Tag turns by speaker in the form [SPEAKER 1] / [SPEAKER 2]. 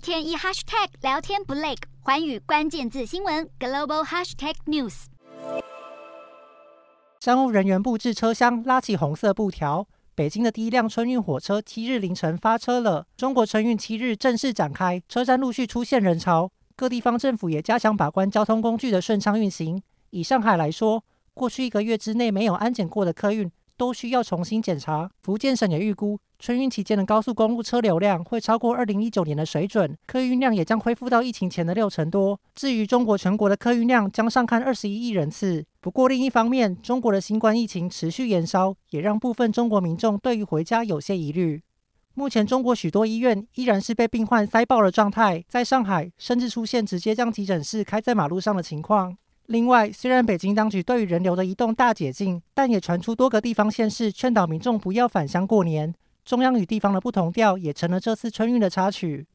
[SPEAKER 1] 天一 hashtag 聊天不累，寰宇关键字新闻 global hashtag news。
[SPEAKER 2] 商务人员布置车厢，拉起红色布条。北京的第一辆春运火车7日凌晨发车了，中国春运7日正式展开，车站陆续出现人潮，各地方政府也加强把关交通工具的顺畅运行。以上海来说，过去1个月之内没有安检过的客运都需要重新检查。福建省也预估，春运期间的高速公路车流量会超过2019年的水准，客运量也将恢复到疫情前的60%多。至于中国全国的客运量将上看21亿人次。不过另一方面，中国的新冠疫情持续延烧，也让部分中国民众对于回家有些疑虑。目前中国许多医院依然是被病患塞爆的状态，在上海甚至出现直接将急诊室开在马路上的情况。另外，虽然北京当局对于人流的移动大解禁，但也传出多个地方县市劝导民众不要返乡过年。中央与地方的不同调也成了这次春运的插曲。